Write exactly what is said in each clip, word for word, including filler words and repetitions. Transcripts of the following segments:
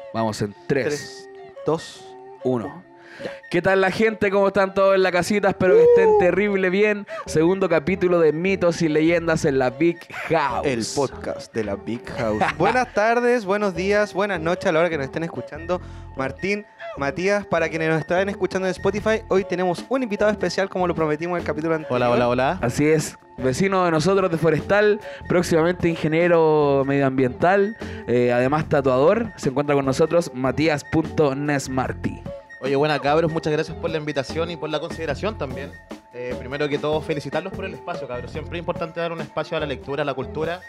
Vamos en tres, tres, dos, uno. ¿Qué tal la gente? ¿Cómo están todos en la casita? Espero que estén terrible bien. Segundo capítulo de Mitos y Leyendas en la Big House. El podcast de la Big House. Buenas tardes, buenos días, buenas noches a la hora que nos estén escuchando. Martín, Matías, para quienes nos están escuchando en Spotify, hoy tenemos un invitado especial como lo prometimos en el capítulo anterior. Hola, hola, hola. Así es, vecino de nosotros de Forestal, próximamente ingeniero medioambiental, eh, además tatuador. Se encuentra con nosotros Matías punto nesmarty. Oye, buena cabros, muchas gracias por la invitación y por la consideración también. Eh, primero que todo, felicitarlos por el espacio, cabros. Siempre es importante dar un espacio a la lectura, a la cultura.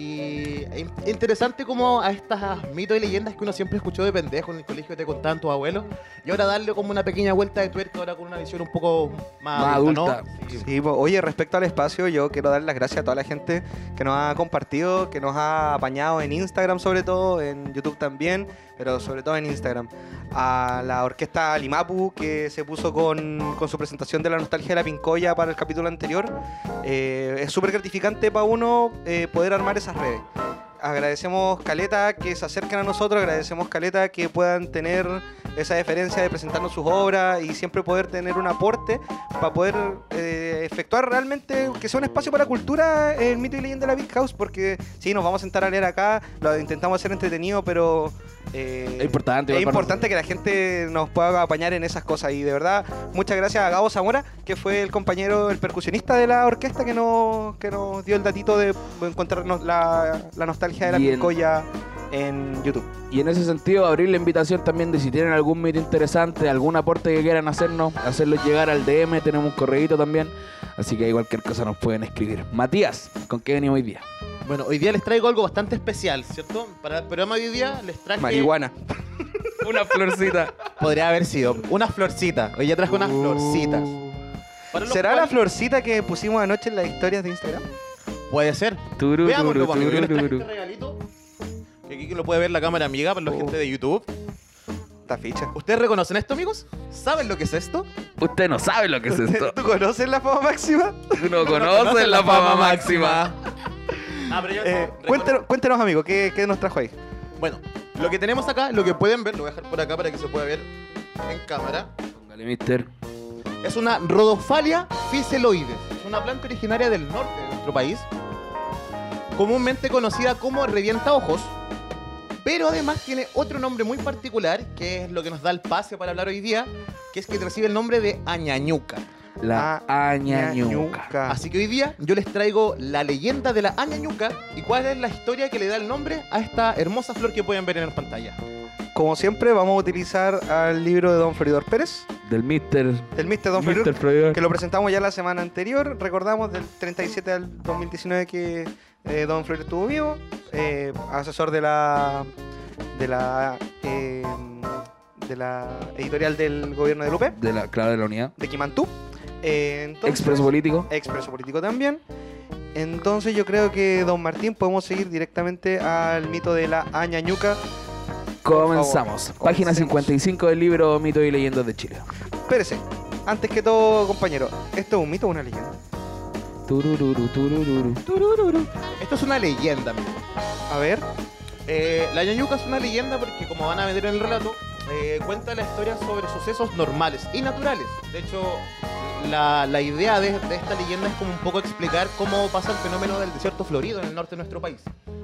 Y es interesante como a estas mitos y leyendas que uno siempre escuchó de pendejo en el colegio, te contaban tus abuelos. Y ahora darle como una pequeña vuelta de tuerca, ahora con una visión un poco más, Más adulta, adulta. ¿no? Sí. Sí, oye, respecto al espacio, yo quiero dar las gracias a toda la gente que nos ha compartido, que nos ha apañado en Instagram sobre todo, en YouTube también, pero sobre todo en Instagram. A la orquesta Limapu, que se puso con, con su presentación de la nostalgia de la Pincoya para el capítulo anterior. Eh, es súper gratificante para uno eh, poder armar esas redes. Agradecemos caleta que se acerquen a nosotros, agradecemos caleta que puedan tener esa deferencia de presentarnos sus obras y siempre poder tener un aporte para poder eh, efectuar realmente que sea un espacio para la cultura en Mito y Leyenda de la Big House, porque sí, nos vamos a sentar a leer acá, lo intentamos hacer entretenido, pero eh, Es importante, es igual para importante que la gente nos pueda apañar en esas cosas. Y de verdad, muchas gracias a Gabo Zamora, que fue el compañero, el percusionista de la orquesta que nos, que nos dio el datito de encontrarnos la, la nostalgia de la Y en- Pincoya en YouTube. Y en ese sentido, abrir la invitación también de si tienen algún mito interesante, algún aporte que quieran hacernos, hacerlo llegar al D M, tenemos un correíto también. Así que cualquier cosa nos pueden escribir. Matías, ¿con qué venimos hoy día? Bueno, hoy día les traigo algo bastante especial, ¿cierto? Para el programa de hoy día les traje... Marihuana. Una florcita. Podría haber sido una florcita. Hoy ya traje unas Uh. florcitas. Para los ¿Será la cuales- florcita que pusimos anoche en las historias de Instagram? Puede ser. Turururu, Veámoslo, pues, amigo. Yo les traje turururu. este regalito. Que aquí lo puede ver la cámara amiga para la Oh. gente de YouTube. Esta ficha. ¿Ustedes reconocen esto, amigos? ¿Saben lo que es esto? Usted no sabe lo que es esto. ¿Tú conoces la fama máxima? Tú no conoces la fama máxima. Ah, pero yo Eh, recono- cuéntenos, cuéntenos, amigo, ¿qué, ¿qué nos trajo ahí? Bueno, lo que tenemos acá, lo que pueden ver, lo voy a dejar por acá para que se pueda ver en cámara. Póngale, mister. Es una Rhodofalia physeloides. Es una planta originaria del norte de nuestro país, comúnmente conocida como revientaojos, pero además tiene otro nombre muy particular, que es lo que nos da el pase para hablar hoy día, que es que recibe el nombre de añañuca. La Ah, añañuca. ñañuca. Así que hoy día yo les traigo la leyenda de la añañuca y cuál es la historia que le da el nombre a esta hermosa flor que pueden ver en la pantalla. Como siempre, vamos a utilizar al libro de Don Floridor Pérez, Del mister. del mister Don mister Floridor, Floridor. que lo presentamos ya la semana anterior. Recordamos del treinta y siete al dos mil diecinueve que eh, Don Floridor estuvo vivo, eh, asesor de la de la eh, de la editorial del gobierno de Lupe, De la, claro, de la unidad. de Quimantú. Eh, entonces- Expreso político. Expreso político también. Entonces yo creo que, Don Martín, podemos seguir directamente al mito de la añañuca. Comenzamos. favor, Página comencemos. cincuenta y cinco del libro Mitos y Leyendas de Chile. Espérese, antes que todo, compañero, ¿esto es un mito o una leyenda? Turururu, turururu. Esto es una leyenda, amigo. A ver. Eh, la ñañuca es una leyenda porque, como van a ver en el relato, eh, cuenta la historia sobre sucesos normales y naturales. De hecho, la, la idea de, de esta leyenda es como un poco explicar cómo pasa el fenómeno del desierto florido en el norte de nuestro país.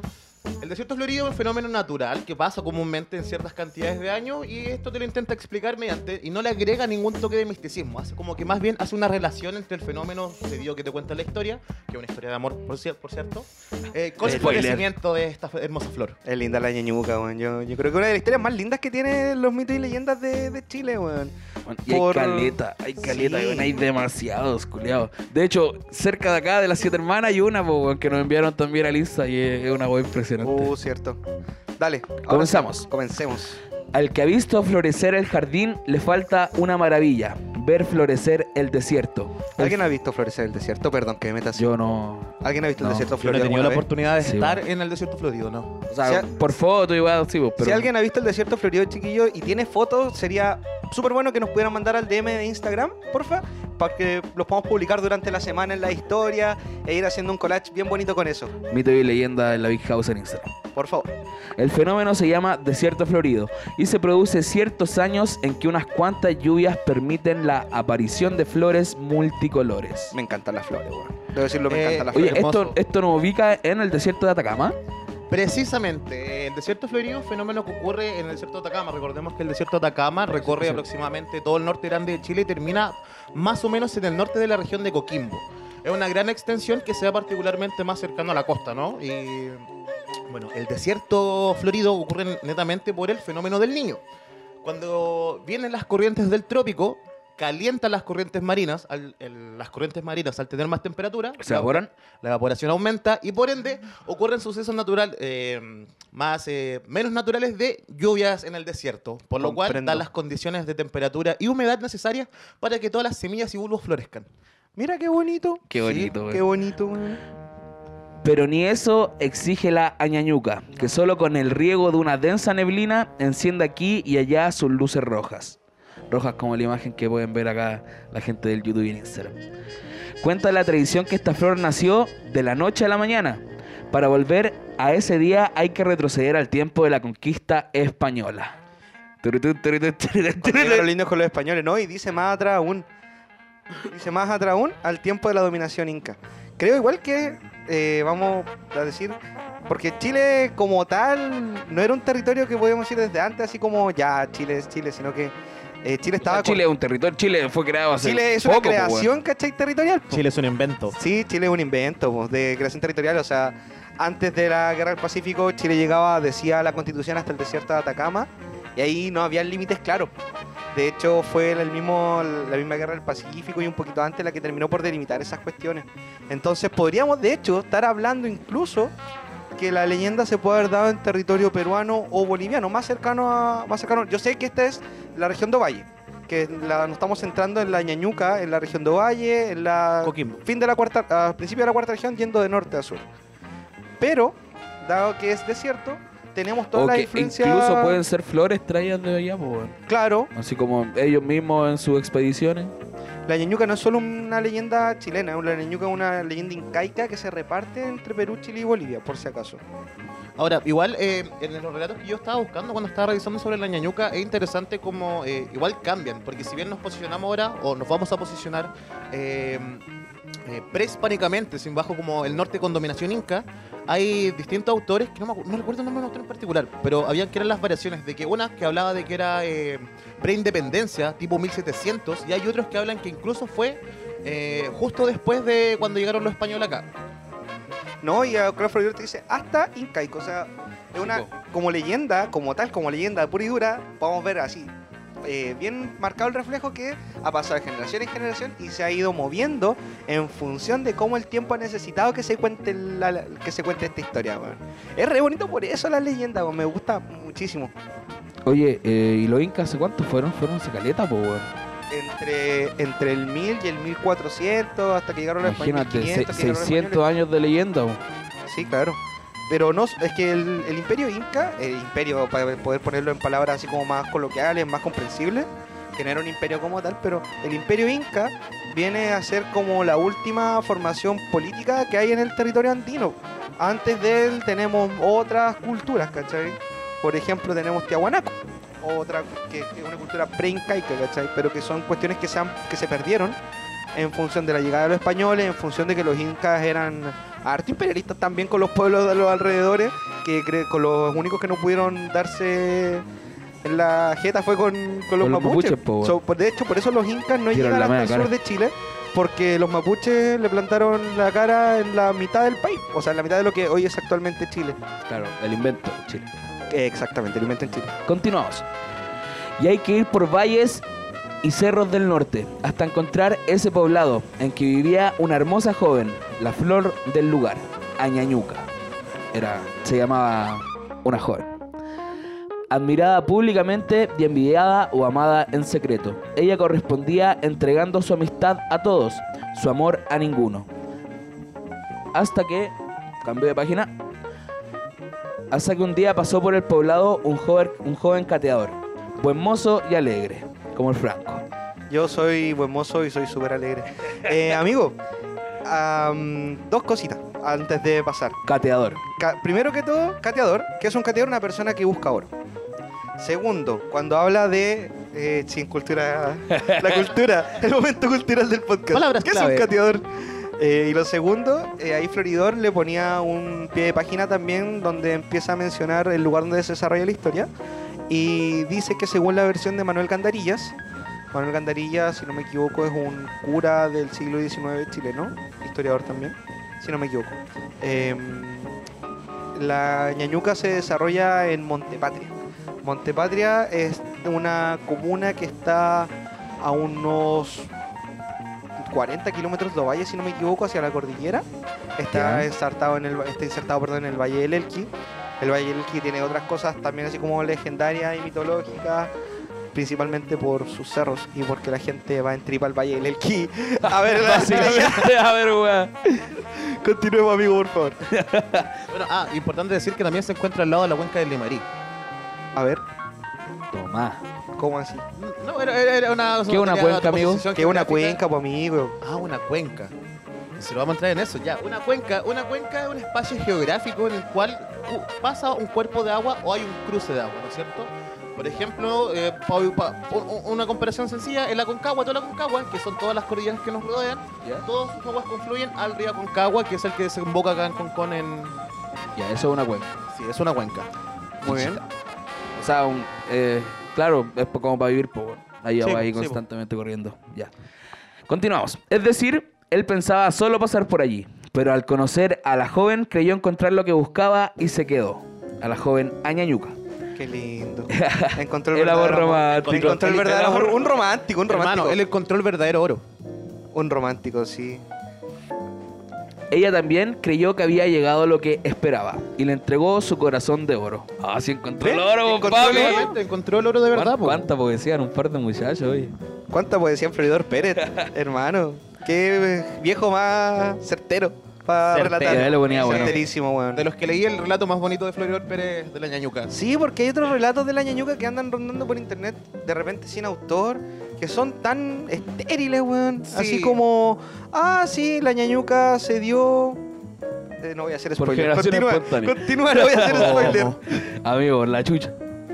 El desierto florido es un fenómeno natural que pasa comúnmente en ciertas cantidades de años y esto te lo intenta explicar mediante y no le agrega ningún toque de misticismo. Hace como que más bien hace una relación entre el fenómeno sucedido que te cuenta la historia, que es una historia de amor, por, cier- por cierto, eh, con el Spoiler. florecimiento de esta hermosa flor. Es linda la ñañuca, weón. Yo, yo creo que una de las historias más lindas que tienen los mitos y leyendas de, de Chile, weón. Bueno, y Por- hay caleta, hay caleta, Sí. weón, hay demasiados, culiados. De hecho, cerca de acá, de las siete hermanas, hay una, po, weón, que nos enviaron también a Lisa y es es una weá impresionante. Uh, cierto. Dale. ahora Comenzamos. sí, Comencemos. Al que ha visto florecer el jardín, le falta una maravilla: ver florecer el desierto. ¿Alguien ha visto florecer el desierto? Perdón, que me metas. Yo no... ¿Alguien ha visto No, el desierto Yo no he florido tenido la alguna vez? oportunidad de Sí, estar bueno. en el desierto florido, ¿no? O sea, Si a- por foto igual, sí, po, pero... Si alguien ha visto el desierto florido, chiquillo, y tiene fotos, sería súper bueno que nos pudieran mandar al D M de Instagram, porfa, para que los podamos publicar durante la semana en la historia e ir haciendo un collage bien bonito con eso. Mito y leyenda en la Big House en Instagram. Por favor. El fenómeno se llama desierto florido y se produce ciertos años en que unas cuantas lluvias permiten la aparición de flores multicolores. Me encantan las flores, weón. Debo decirlo, me Eh, encantan las Oye, flores. esto, hermoso. esto nos ubica en el desierto de Atacama. Precisamente, el desierto florido es un fenómeno que ocurre en el desierto de Atacama. Recordemos que el desierto de Atacama recorre sí. aproximadamente todo el norte grande de Chile y termina más o menos en el norte de la región de Coquimbo. Es una gran extensión que se da particularmente más cercano a la costa, ¿no? Y bueno, el desierto florido ocurre netamente por el fenómeno del Niño. Cuando vienen las corrientes del trópico, calientan las corrientes marinas, al, el- las corrientes marinas al tener más temperatura, ¿Se evaporan? la evaporación aumenta y por ende ocurren sucesos naturales eh, más eh, menos naturales de lluvias en el desierto, por lo cual Comprendo. dan las condiciones de temperatura y humedad necesarias para que todas las semillas y bulbos florezcan. Mira qué bonito. Qué bonito, Sí, weón. qué bonito, weón. Pero ni eso exige la añañuca, que solo con el riego de una densa neblina enciende aquí y allá sus luces rojas. Rojas como la imagen que pueden ver acá la gente del YouTube y en Instagram. Cuenta la tradición que esta flor nació de la noche a la mañana. Para volver a ese día hay que retroceder al tiempo de la conquista española. Turutú, turutú, turutú, Porque turutú. llegaron lindos con los españoles, ¿no? Y dice más atrás aún. Dice más atrás aún al tiempo de la dominación inca. Creo igual que, eh, vamos a decir, porque Chile como tal no era un territorio que podíamos decir desde antes, así como ya Chile es Chile, sino que eh, Chile estaba... con- Chile es un territorio, Chile fue creado hace Chile es una poco, po, weón. creación, ¿cachai? Territorial. po. Chile es un invento. Sí, Chile es un invento po, de creación territorial. O sea, antes de la Guerra del Pacífico, Chile llegaba, decía la Constitución, hasta el desierto de Atacama. Y ahí no había límites claros. De hecho, fue el mismo, la misma Guerra del Pacífico y un poquito antes la que terminó por delimitar esas cuestiones. Entonces, podríamos, de hecho, estar hablando incluso que la leyenda se puede haber dado en territorio peruano o boliviano, más cercano a... Más cercano. Yo sé que esta es la región de Ovalle, que la- nos estamos centrando en la Ñañuca, en la región de Ovalle, en la... Coquimbo. Fin de la cuarta, a principio de la cuarta región, yendo de norte a sur. Pero, dado que es desierto, tenemos toda O la que influencia... incluso pueden ser flores traídas de allá, po, weón. Claro, Así como ellos mismos en sus expediciones. la Ñañuca no es solo una leyenda chilena, la Ñañuca es una leyenda incaica que se reparte entre Perú, Chile y Bolivia, por si acaso. Ahora, igual eh, en los relatos que yo estaba buscando cuando estaba revisando sobre la ñañuca, es interesante como eh, igual cambian, porque si bien nos posicionamos ahora, o nos vamos a posicionar eh, eh, prehispánicamente, sin bajo como el norte con dominación inca, hay distintos autores, que no, me acu- no recuerdo el nombre de un autor en particular, pero habían que eran las variaciones, de que una que hablaba de que era eh, preindependencia, tipo mil setecientos, y hay otros que hablan que incluso fue eh, justo después de cuando llegaron los españoles acá. No, y a Crawford Rivera te dice hasta incaico, o sea, es una Chico. como leyenda, como tal, como leyenda pura y dura, podemos ver así, eh, bien marcado el reflejo que ha pasado de generación en generación y se ha ido moviendo en función de cómo el tiempo ha necesitado que se cuente la, la- que se cuente esta historia, weón. Es re bonito por eso la leyenda, weón, me gusta muchísimo. Oye, eh, ¿y los incas hace cuánto fueron? Fueron hace caleta, po, weón. Entre, entre el mil y el mil cuatrocientos hasta que llegaron los españoles, Imagínate, se- quinientos, que llegaron los seiscientos españoles. años de leyenda, po. Sí, claro. Pero no, es que el, el imperio inca, el imperio, para poder ponerlo en palabras así como más coloquiales, más comprensibles, que no era un imperio como tal, pero el imperio inca viene a ser como la última formación política que hay en el territorio andino. Antes de él tenemos otras culturas, ¿cachai? Por ejemplo, tenemos Tiahuanaco, otra que que es una cultura pre-incaica, ¿cachai? Pero que son cuestiones que se, han, que se perdieron en función de la llegada de los españoles, en función de que los incas eran harto imperialistas también con los pueblos de los alrededores, que cre- con los únicos que no pudieron darse en la jeta fue con, con los Con los mapuches. mapuches, po, weón. So, por- de hecho, por eso los incas no Dieron llegan la hasta el media sur cara. de Chile, porque los mapuches le plantaron la cara en la mitad del país, o sea, en la mitad de lo que hoy es actualmente Chile. Claro, el invento de Chile. Eh, Exactamente, el invento en Chile. Continuamos. Y hay que ir por valles y cerros del norte hasta encontrar ese poblado en que vivía una hermosa joven, la flor del lugar, Añañuca. Era, se llamaba una joven. Admirada públicamente y envidiada o amada en secreto. Ella correspondía entregando su amistad a todos, su amor a ninguno. Hasta que, cambio de página, hasta que un día pasó por el poblado un joven, un joven cateador, buen mozo y alegre, como el Franco. Yo soy buen mozo y soy súper alegre. Eh, amigo, um, dos cositas antes de pasar. Cateador. Ca- primero que todo, cateador. ¿Qué es un cateador? Una persona que busca oro. Segundo, cuando habla de... Eh, sin cultura... La cultura, el momento cultural del podcast. Palabras ¿Qué clave. es un cateador? Eh, y lo segundo, eh, ahí Floridor le ponía un pie de página también donde empieza a mencionar el lugar donde se desarrolla la historia. Y dice que según la versión de Manuel Gandarillas, Manuel Gandarillas, si no me equivoco, es un cura del siglo diecinueve chileno, historiador también, si no me equivoco. Eh, la Ñañuca se desarrolla en Montepatria. Montepatria es una comuna que está a unos cuarenta kilómetros de Ovalle, si no me equivoco, hacia la cordillera. Está Ya. insertado en el está insertado, perdón, en el Valle del Elqui. El Valle del Elqui tiene otras cosas también así como legendarias y mitológicas, principalmente por sus cerros y porque la gente va en tripa al Valle del Elqui a ver la Básicamente, a ver, weón. Continuemos, amigo, por favor. Bueno, ah, importante decir que también se encuentra al lado de la cuenca del Limarí. A ver, Tomá. ¿cómo así? No, era, era, era una... ¿Qué es una tenía cuenca, otra amigo? posición Que es una geográfica. cuenca, pues, amigo. Ah, una cuenca. Si lo vamos a entrar en eso, ya. Una cuenca, una cuenca es un espacio geográfico en el cual uh, pasa un cuerpo de agua o hay un cruce de agua, ¿no es cierto? Por ejemplo, eh, pa- pa- un- una comparación sencilla, en la Concagua, toda la Concagua, que son todas las cordilleras que nos rodean, Ya. todas sus aguas confluyen al río Concagua, que es el que desemboca acá en Concón en... Ya, eso es una cuenca. Sí, es una cuenca. Muy bien. O sea, un, eh, claro, es po- como para vivir, po, ahí Sí, va ahí sí, po. constantemente corriendo. Ya. Continuamos. Es decir, él pensaba solo pasar por allí, pero al conocer a la joven creyó encontrar lo que buscaba y se quedó. A la joven Añañuca. Qué lindo. Encontró el, El amor verdadero romántico. Encontró el El- verdadero el amor- amor. Un romántico, un romántico. Hermano, él encontró el verdadero oro. Un romántico, sí. Ella también creyó que había llegado lo que esperaba y le entregó su corazón de oro. Ah, sí encontró el ¿Ven? oro, Encontró papi. el oro. Realmente encontró el oro de verdad, ¿Cuán- po. ¿Cuánta poesía en un par de muchachos, oye? ¿Cuánta poesía en Floridor Pérez, hermano? Qué eh, viejo más certero para Certero. relatar. Ya lo ponía bueno. Certerísimo, weón. De los que leí el relato más bonito de Floridor Pérez de la Ñañuca. Sí, porque hay otros relatos de la Ñañuca que andan rondando por internet, de repente sin autor, que son tan estériles, weón. Sí. Así como, ah, sí, la Ñañuca se dio... Eh, no voy a hacer Por spoiler. generación Continúa, espontánea. continúa, no voy a hacer spoiler. Amigo, la chucha.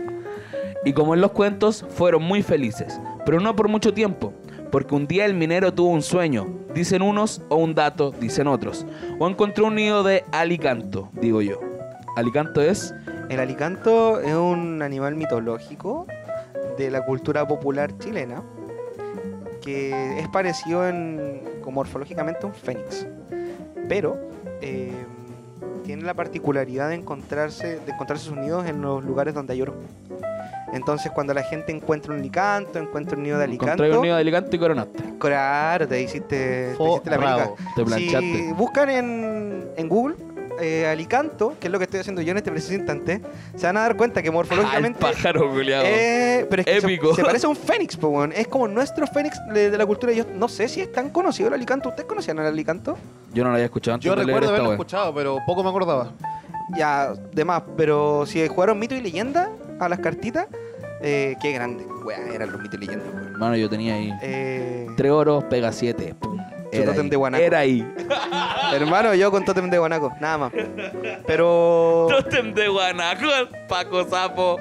Y como en los cuentos, fueron muy felices, pero no por mucho tiempo, porque un día el minero tuvo un sueño, dicen unos, o un dato, dicen otros, o encontró un nido de alicanto, digo yo. Alicanto es... El alicanto es un animal mitológico de la cultura popular chilena que es parecido en, como morfológicamente a un fénix, pero eh, tiene la particularidad de encontrarse, de encontrarse sus nidos en los lugares donde hay oro. Entonces, cuando la gente encuentra un alicanto, encuentra un nido de alicanto, Encontré un nido de alicanto y coronaste. claro, te hiciste, te hiciste la Forrado. película. Te planchaste. Si buscan en, en Google eh, alicanto, que es lo que estoy haciendo yo en este preciso instante, se van a dar cuenta que Ah, el morfológicamente pájaro, culiado. eh, pero es que se- Épico. Se, parece a un fénix, po, weón. Es como nuestro fénix de, de la cultura. Yo no sé si es tan conocido el alicanto. ¿Ustedes conocían el alicanto? Yo no lo había escuchado antes Yo de leer recuerdo esta haberlo wea. escuchado, pero poco me acordaba. Ya, de más. Pero si jugaron mito y leyenda a las cartitas, eh, qué grande. Weá, eran los mitos y leyendas, weón. Hermano, yo tenía ahí Eh, tres oros, pega siete. Pum. Su Era tótem ahí. de guanaco. Era ahí. hermano, yo con tótem de guanaco, nada más. Pero. Tótem de guanaco, Paco Sapo.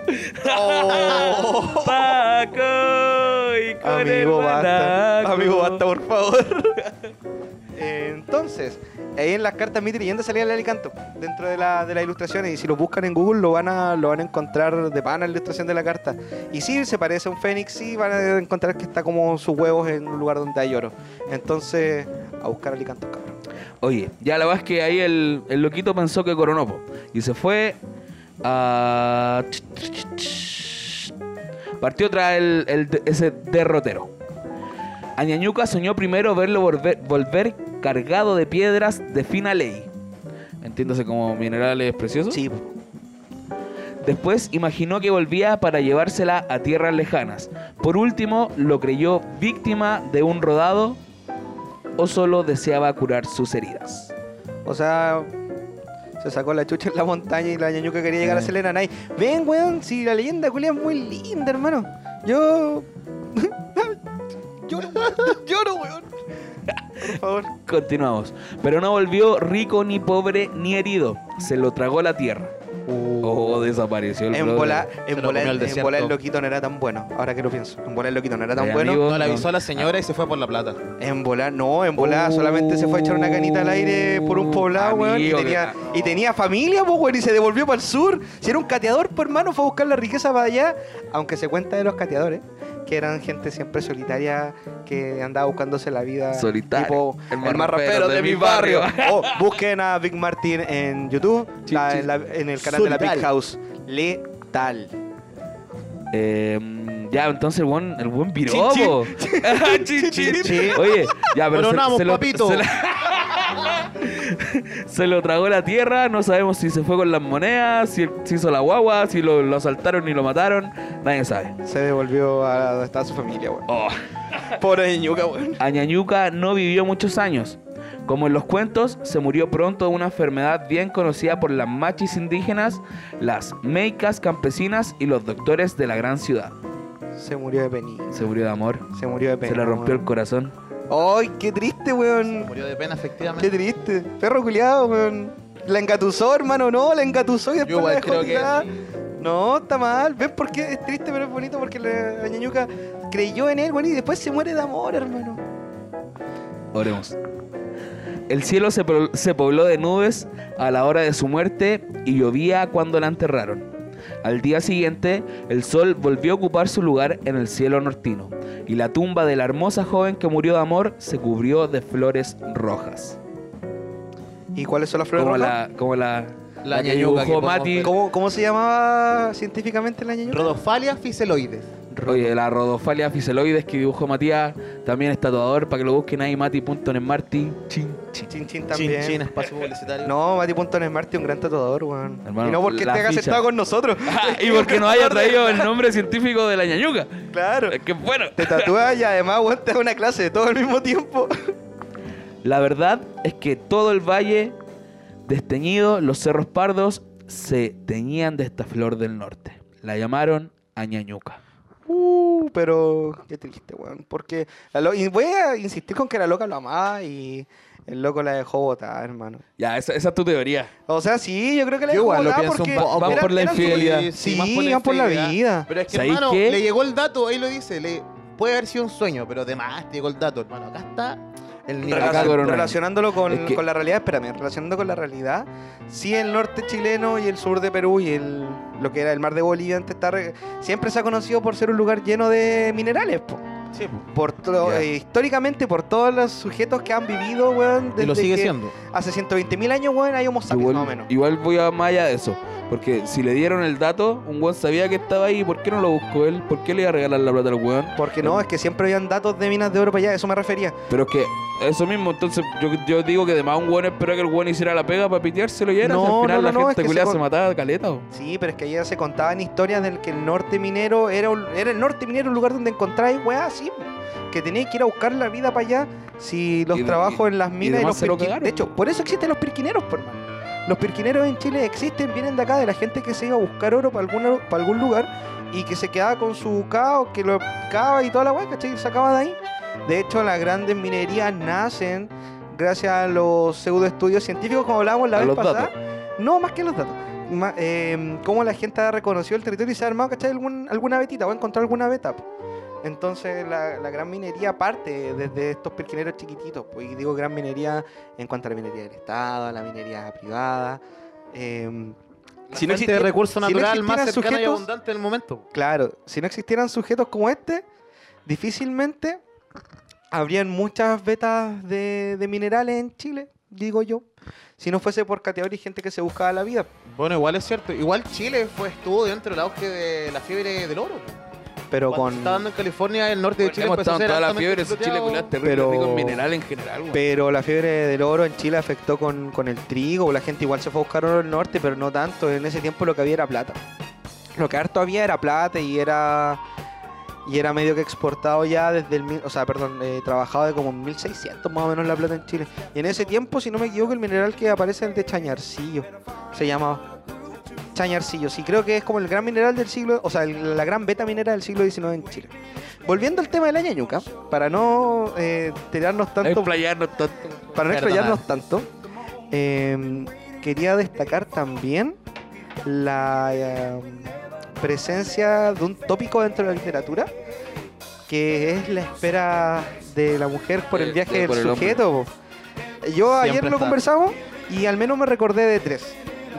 Oh. Paco y con el Amigo, basta. guanaco. Amigo, basta, por favor. Eh, Entonces, ahí en las cartas mito y leyenda salía el alicanto dentro de, la, de las ilustraciones. Y si lo buscan en Google, lo van a, lo van a encontrar de pana en la ilustración de la carta. Y sí, se parece a un fénix. Sí, van a encontrar que está como sus huevos en un lugar donde hay oro. Entonces, a buscar alicantos, cabrón. Oye, ya la verdad es que ahí el, el loquito pensó que coronó, po, y se fue a... Partió tras el, el de- ese derrotero. Añañuca soñó primero verlo volver, volver cargado de piedras de fina ley. Entiéndase como minerales preciosos. Sí, Después imaginó que volvía para llevársela a tierras lejanas. Por último, lo creyó víctima de un rodado o solo deseaba curar sus heridas. o sea, se sacó la chucha en la montaña y la ñañuca quería llegar a Eh. Selena Nay. Ven, weón, si la leyenda culia es muy linda, hermano. Yo. Lloro, weón. Lloro, weón. Por favor. Continuamos. Pero no volvió rico, ni pobre, ni herido. Se lo tragó la tierra. Oh, desapareció el En brother. bola, Se en lo bola, comió el en desierto. bola el loquito no era tan bueno. Ahora que lo pienso. En bola el loquito no era tan Ay, bueno. amigo. No le No. avisó a la señora y se fue por la plata. En volar, no, en volar Oh, solamente se fue a echar una canita al aire por un poblado, weón. Y amigo, tenía, que- y tenía familia, pues, weón, y se devolvió para el sur. Si era un cateador, pues, hermano, fue a buscar la riqueza para allá. Aunque se cuenta de los cateadores, que eran gente siempre solitaria, que andaba buscándose la vida. Solitario. Tipo, El el más más rapero rapero de de mi mi barrio. barrio. Oh, busquen a Big Martin en YouTube, Chin, la- chin. en, la- en el canal de la Big Solidario. House. Letal. Eh, ya, entonces el buen, el buen viró, Chin, chin. po. Chin, chin. chin. Oye, ya, pero se, Coronamos, se lo, papito. se, la- se lo tragó la tierra. No sabemos si se fue con las monedas, si, si hizo la guagua, si lo, lo asaltaron y lo mataron. Nadie sabe. Se devolvió a donde estaba su familia, weón. Oh. Pobre ñuca, weón. Añañuca no vivió muchos años. Como en los cuentos, se murió pronto de una enfermedad bien conocida por las machis indígenas, las meicas campesinas y los doctores de la gran ciudad. Se murió de penita. Se murió de amor. Se murió de pena. Se le rompió el weón. corazón. ¡Ay, qué triste, weón! Murió de pena, Qué efectivamente. triste. Perro culiado, weón. La engatusó, hermano, no, la engatusó y después Yo igual la dejó creo que tirada. sí. No, está mal. ¿Ves por qué es triste pero es bonito? Porque la ñañuca creyó en él, weón, y después se muere de amor, hermano. Oremos. El cielo se, po- se pobló de nubes a la hora de su muerte y llovía cuando la enterraron. Al día siguiente, el sol volvió a ocupar su lugar en el cielo nortino y la tumba de la hermosa joven que murió de amor se cubrió de flores rojas. ¿Y cuáles son las flores Como rojas? la, como la, La la que ñañuca que dibujó podemos Mati. ver. ¿Cómo, ¿Cómo se llamaba científicamente la ñañuca? Rodofalia fiseloides. Oye, la rodofalia fiseloides que dibujó Matías, también es tatuador, para que lo busquen ahí, mati.nesmarty. Chin, chin. Chin Chin Chin, también. chin, espacio publicitario. No, Mati.Nesmarty, un gran tatuador, weón. Hermano, y no porque la esté acá ficha. sentado con nosotros. Y porque nos haya traído el nombre científico de la ñañuca. Claro. Es que bueno. Te tatúas y además, weón, te da una clase de todo al mismo tiempo. La verdad es que todo el valle desteñido, los cerros pardos, se teñían de esta flor del norte. La llamaron Añañuca. Uh, pero qué triste, weón. Porque la lo- y voy a insistir con que la loca lo amaba y el loco la dejó botar, hermano. Ya, esa, esa es tu teoría. O sea, sí, yo creo que la Yo dejó igual lo botar pienso un porque poco. Vamos eran- por la eran su- infidelidad. Sí, más por van por la infidelidad. vida. Pero es que, ¿Sabéis hermano, qué? le llegó el dato, ahí lo dice. Le, puede haber sido un sueño, pero de más te llegó el dato, hermano. Acá está el nivel. Acá Relacion- Coronel. relacionándolo con, Es que- con la realidad, espérame, relacionando con la realidad, sí el norte chileno y el sur de Perú y el, lo que era el mar de Bolivia antes está re- siempre se ha conocido por ser un lugar lleno de minerales, po. Sí, po. Por to- Ya. eh, históricamente por todos los sujetos que han vivido, weón, Y lo desde sigue que siendo. hace ciento veinte mil años, weón, hay homo sapiens, Igual, más o menos. igual voy a más allá de eso. Porque si le dieron el dato, un weón sabía que estaba ahí. ¿Por qué no lo buscó él? ¿Por qué le iba a regalar la plata al weón? Porque no, es que siempre habían datos de minas de oro para allá, a eso me refería. Pero es que eso mismo, entonces yo, yo digo que además un weón esperó que el weón hiciera la pega para piteárselo y era. No, si al final no, la no, no, gente es que culiada se se, con- mataba caleta. ¿o? Sí, pero es que allá se contaban historias del que el norte minero era, un- era el norte minero un lugar donde encontráis weá así, que teníais que ir a buscar la vida para allá si los Y de- trabajos y- en las y minas y, demás los se lo pirqui- cagaron. De hecho, por eso existen los pirquineros, por hermano. Los pirquineros en Chile existen, vienen de acá, de la gente que se iba a buscar oro para algún, para algún lugar y que se quedaba con su cao, que lo cava y toda la weá, ¿cachai? Y sacaba de ahí. De hecho, las grandes minerías nacen gracias a los pseudoestudios científicos, como hablábamos la A vez los pasada. datos. No, más que los datos. Ma- eh, cómo la gente ha reconocido el territorio y se ha armado, ¿cachai? Algún, alguna vetita, o ha encontrado alguna beta. po. Entonces la, la gran minería parte desde estos pirquineros chiquititos. Pues, y digo gran minería en cuanto a la minería del Estado, a la minería privada. eh, La si no fuente de existi- recurso si no natural más existieran cercana y sujetos- abundante en el momento. Claro, si no existieran sujetos como este, difícilmente habrían muchas vetas de, de minerales en Chile, digo yo. Si no fuese por categoría y gente que se buscaba la vida. Bueno, igual es cierto. Igual Chile fue estuvo dentro del auge de la fiebre del oro. po. Pero Cuando con. se estaba dando en California, el norte de Chile Hemos empezó a estado en ser toda la altamente fiebre, ese Chile exploteado. culiado terrible, Pero- rico en mineral en general, weón. Pero la fiebre del oro en Chile afectó con, con el trigo. La gente igual se fue a buscar oro al norte, pero no tanto. En ese tiempo lo que había era plata. Lo que harto había era plata y era. Y era medio que exportado ya desde el. mil- O sea, perdón, eh, trabajado de como en mil seiscientos más o menos la plata en Chile. Y en ese tiempo, si no me equivoco, el mineral que aparece es el de Chañarcillo. Se llamaba. Chañarcillo, sí, creo que es como el gran mineral del siglo, o sea, el- la gran beta minera del siglo diecinueve en Chile. Volviendo al tema de la ñañuca, para no eh, tirarnos tanto, Explayarnos tanto. para no Perdona. explayarnos tanto, eh, quería destacar también la eh, presencia de un tópico dentro de la literatura, que es la espera de la mujer por el Eh, viaje eh, del por el hombre. sujeto. po. Yo ayer Siempre lo está. conversamos y al menos me recordé de tres.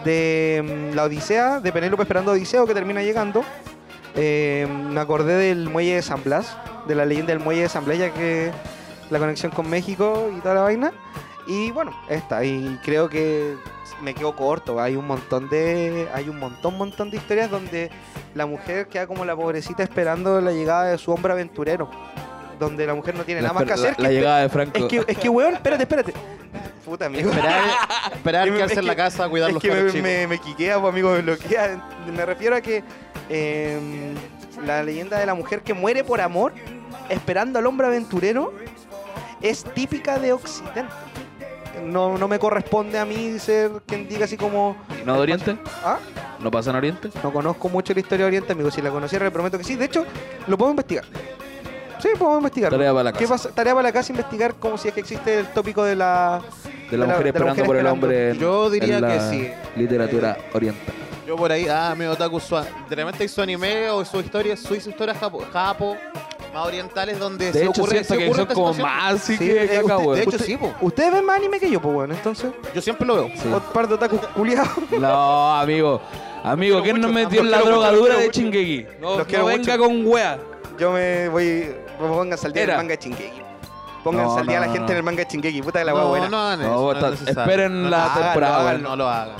De mm, la Odisea, de Penélope esperando a Odiseo, que termina llegando. Eh, me acordé del muelle de San Blas, de la leyenda del muelle de San Blas, ya que la conexión con México y toda la vaina. Y bueno, esta, y creo que me quedo corto. Hay un montón de, hay un montón, montón de historias donde la mujer queda como la pobrecita esperando la llegada de su hombre aventurero, donde la mujer no tiene La, nada más que la- hacer. la que llegada de Franco. es que, es que, weón, espérate, espérate. Puta, amigo. Esperar, esperar Es quedarse que- en la casa a cuidar Es los que cabros me, chicos. me, me quiquea, pues, amigo, me bloquea. Me refiero a que eh, la leyenda de la mujer que muere por amor, esperando al hombre aventurero, es típica de Occidente. No, no me corresponde a mí ser quien diga así como... ¿No de Oriente? ¿Ah? ¿No pasa en Oriente? No conozco mucho la historia de Oriente, amigo. Si la conociera, le prometo que sí. De hecho, lo puedo investigar. Sí, podemos investigar. Tarea para la ¿Qué casa. pasa? Tarea para la casa, investigar como si es que existe el tópico de la... De la de la- mujer de la esperando mujer por el esperando. hombre en, Yo diría en la que sí. literatura oriental. Yo por ahí, ah, me otaku su, de repente hay su anime o su historia, su historias japo, japo, más orientales donde De se hecho, ocurre, siento se que ocurre son esta como situación. más así Sí, que eh, acá, usted- weón. De hecho, Usted- sí, po. Ustedes ven más anime que yo, pues bueno, entonces. Yo siempre lo veo. Sí. Un par de otakus culiados. No, amigo. Amigo, Los quiero ¿quién nos mucho, metió en los la quiero mucho, los drogadura quiero de mucho. Shingeki? No, Los quiero no venga mucho. con wea. Yo me voy. Pónganse al día Era. del manga de Shingeki. Pónganse No, al día no, la no, gente no. en el manga de Shingeki. Puta que la wea no, buena. no hagan No, eso. vos no es está- necesario. esperen No, la no, temporada, No, weón. no lo hagan.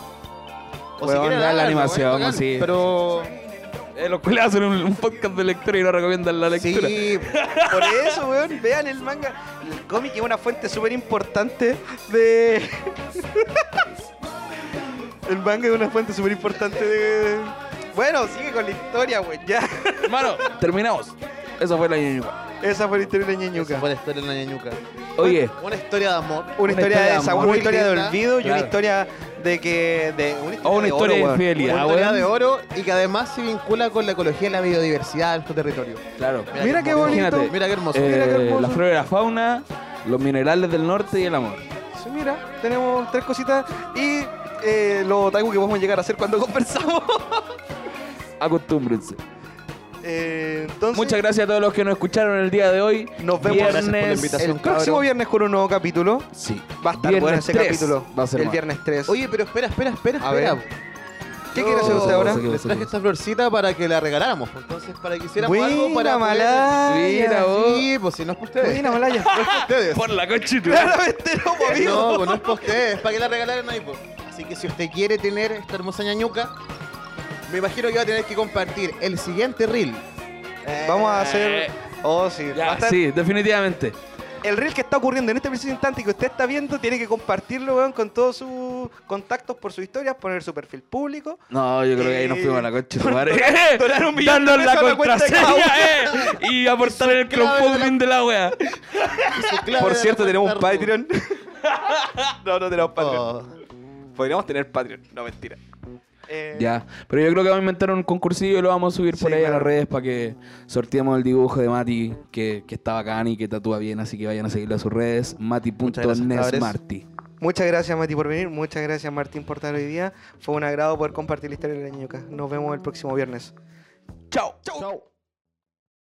O Weón, quieren, vean la háganlo, animación, weón, así. Pero Eh, los culiados hacen un, un podcast de lectura y no recomiendan la lectura. sí, Por eso, weón, vean el manga. El cómic es una fuente súper importante de. El manga es una fuente súper importante de. Bueno, sigue con la historia, weón, ya. Hermano, terminamos. Eso fue la ñañuca. Esa fue la historia de la esa ñañuca. fue la historia de la ñañuca. Oye, Una historia de amor. Una, historia, de desamor, amor, una historia de linda. olvido y una Claro. historia de que. De, una historia o una de historia oro, de weón. infidelidad, Una historia weón. de oro y que además se vincula con la ecología y la biodiversidad de nuestro territorio. Claro. Mira qué bonito. Imagínate, Mira qué hermoso. eh, Mira qué hermoso. la flora y la fauna, los minerales del norte y el amor. Sí, mira, tenemos tres cositas y eh, lo otaku que podemos llegar a hacer cuando conversamos. Acostúmbrense. Eh, entonces, Muchas gracias a todos los que nos escucharon el día de hoy. Nos vemos Gracias por la Viernes, invitación. el próximo cabrón. viernes con un nuevo capítulo. Sí. Va a estar Viernes bueno ese tres capítulo. va a ser el más. viernes tres. Oye, pero espera, espera, espera, A espera. ver. ¿Qué quiere hacer usted ahora? ¿Qué Les pasa, traje qué esta florcita para que la regaláramos. Entonces, para que hiciéramos Buena algo para poder- malaya. Mira, vos. Sí, pues si no es para ustedes. Buena malaya. No es para ustedes. Por la conchita. Claramente no, po, amigo. No, pues no es para ustedes, es para que la regalaran ahí, pues. Así que si usted quiere tener esta hermosa ñañuca, me imagino que va a tener que compartir el siguiente reel. Vamos a hacer. Oh, sí. Va a Ya, estar- sí, definitivamente. El reel que está ocurriendo en este preciso instante y que usted está viendo, tiene que compartirlo, weón, con todos sus contactos por sus historias, poner su perfil público. No, yo creo que ahí nos fuimos a la concha, Donar- madre. donar un millón de Dándonos la pesos a la cuenta de cada contraseña, eh. Y aportar en el clave de la- crowdfunding de la wea. Y su clave Por de cierto, la tenemos un cuenta Patreon. no, no tenemos Patreon. Oh. Podríamos tener Patreon. No, mentira. Eh, Ya, pero yo creo que vamos a inventar un concursillo y lo vamos a subir por Sí, ahí a claro. las redes para que sorteemos el dibujo de Mati, que, que está bacán y que tatúa bien, así que vayan a seguirlo a sus redes, Muchas gracias, mati.nesmarty. Muchas gracias, Mati, por venir. Muchas gracias, Martín, por estar hoy día. Fue un agrado poder compartir la historia de la ñuca. Nos vemos el próximo viernes. Chao. Chau.